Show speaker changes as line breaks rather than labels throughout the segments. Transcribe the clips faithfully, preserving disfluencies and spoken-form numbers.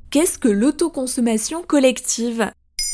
Qu'est-ce que l'autoconsommation collective ?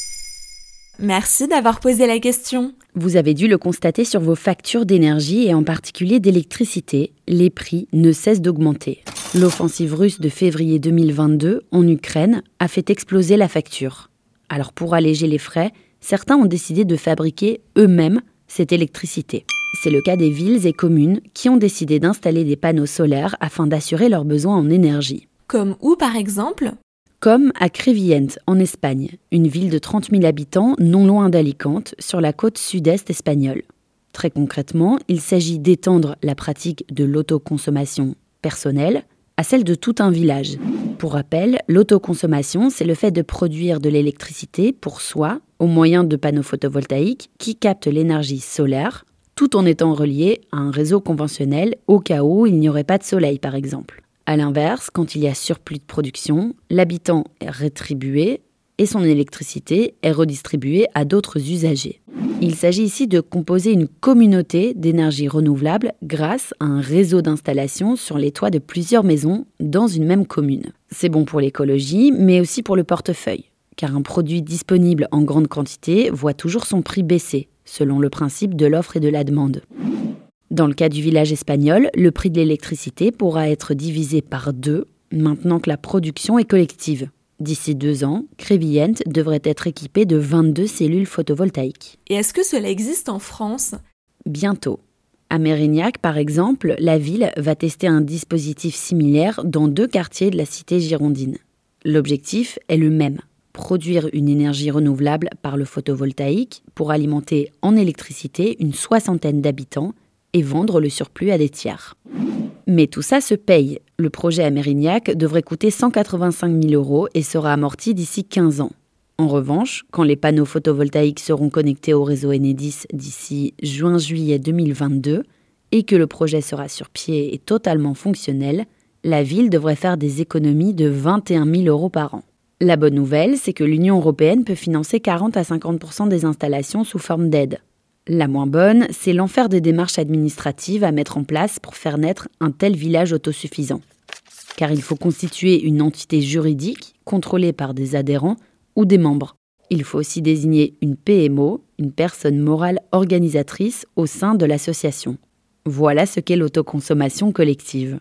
Merci d'avoir posé la question.
Vous avez dû le constater sur vos factures d'énergie et en particulier d'électricité, les prix ne cessent d'augmenter. L'offensive russe de février deux mille vingt-deux en Ukraine a fait exploser la facture. Alors pour alléger les frais, certains ont décidé de fabriquer eux-mêmes cette électricité. C'est le cas des villes et communes qui ont décidé d'installer des panneaux solaires afin d'assurer leurs besoins en énergie.
Comme où par exemple ?
Comme à Crevillent, en Espagne, une ville de trente mille habitants non loin d'Alicante, sur la côte sud-est espagnole. Très concrètement, il s'agit d'étendre la pratique de l'autoconsommation personnelle à celle de tout un village. Pour rappel, l'autoconsommation, c'est le fait de produire de l'électricité pour soi au moyen de panneaux photovoltaïques qui captent l'énergie solaire, tout en étant relié à un réseau conventionnel au cas où il n'y aurait pas de soleil par exemple. A l'inverse, quand il y a surplus de production, l'habitant est rétribué et son électricité est redistribuée à d'autres usagers. Il s'agit ici de composer une communauté d'énergie renouvelable grâce à un réseau d'installation sur les toits de plusieurs maisons dans une même commune. C'est bon pour l'écologie, mais aussi pour le portefeuille, car un produit disponible en grande quantité voit toujours son prix baisser, selon le principe de l'offre et de la demande. Dans le cas du village espagnol, le prix de l'électricité pourra être divisé par deux maintenant que la production est collective. D'ici deux ans, Crevillent devrait être équipé de vingt-deux cellules photovoltaïques.
Et est-ce que cela existe en France ?
Bientôt. À Mérignac, par exemple, la ville va tester un dispositif similaire dans deux quartiers de la cité girondine. L'objectif est le même, produire une énergie renouvelable par le photovoltaïque pour alimenter en électricité une soixantaine d'habitants et vendre le surplus à des tiers. Mais tout ça se paye. Le projet à Mérignac devrait coûter cent quatre-vingt-cinq mille euros et sera amorti d'ici quinze ans. En revanche, quand les panneaux photovoltaïques seront connectés au réseau Enedis d'ici juin-juillet deux mille vingt-deux et que le projet sera sur pied et totalement fonctionnel, la ville devrait faire des économies de vingt et un mille euros par an. La bonne nouvelle, c'est que l'Union européenne peut financer quarante à cinquante pour cent des installations sous forme d'aide. La moins bonne, c'est l'enfer des démarches administratives à mettre en place pour faire naître un tel village autosuffisant. Car il faut constituer une entité juridique contrôlée par des adhérents ou des membres. Il faut aussi désigner une P M O, une personne morale organisatrice au sein de l'association. Voilà ce qu'est l'autoconsommation collective.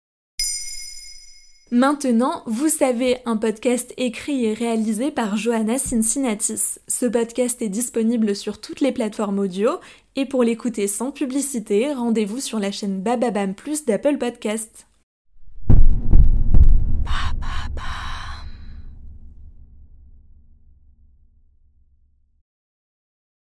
Maintenant, vous savez, un podcast écrit et réalisé par Johanna Cincinnatis. Ce podcast est disponible sur toutes les plateformes audio et pour l'écouter sans publicité, rendez-vous sur la chaîne Bababam Plus d'Apple Podcasts.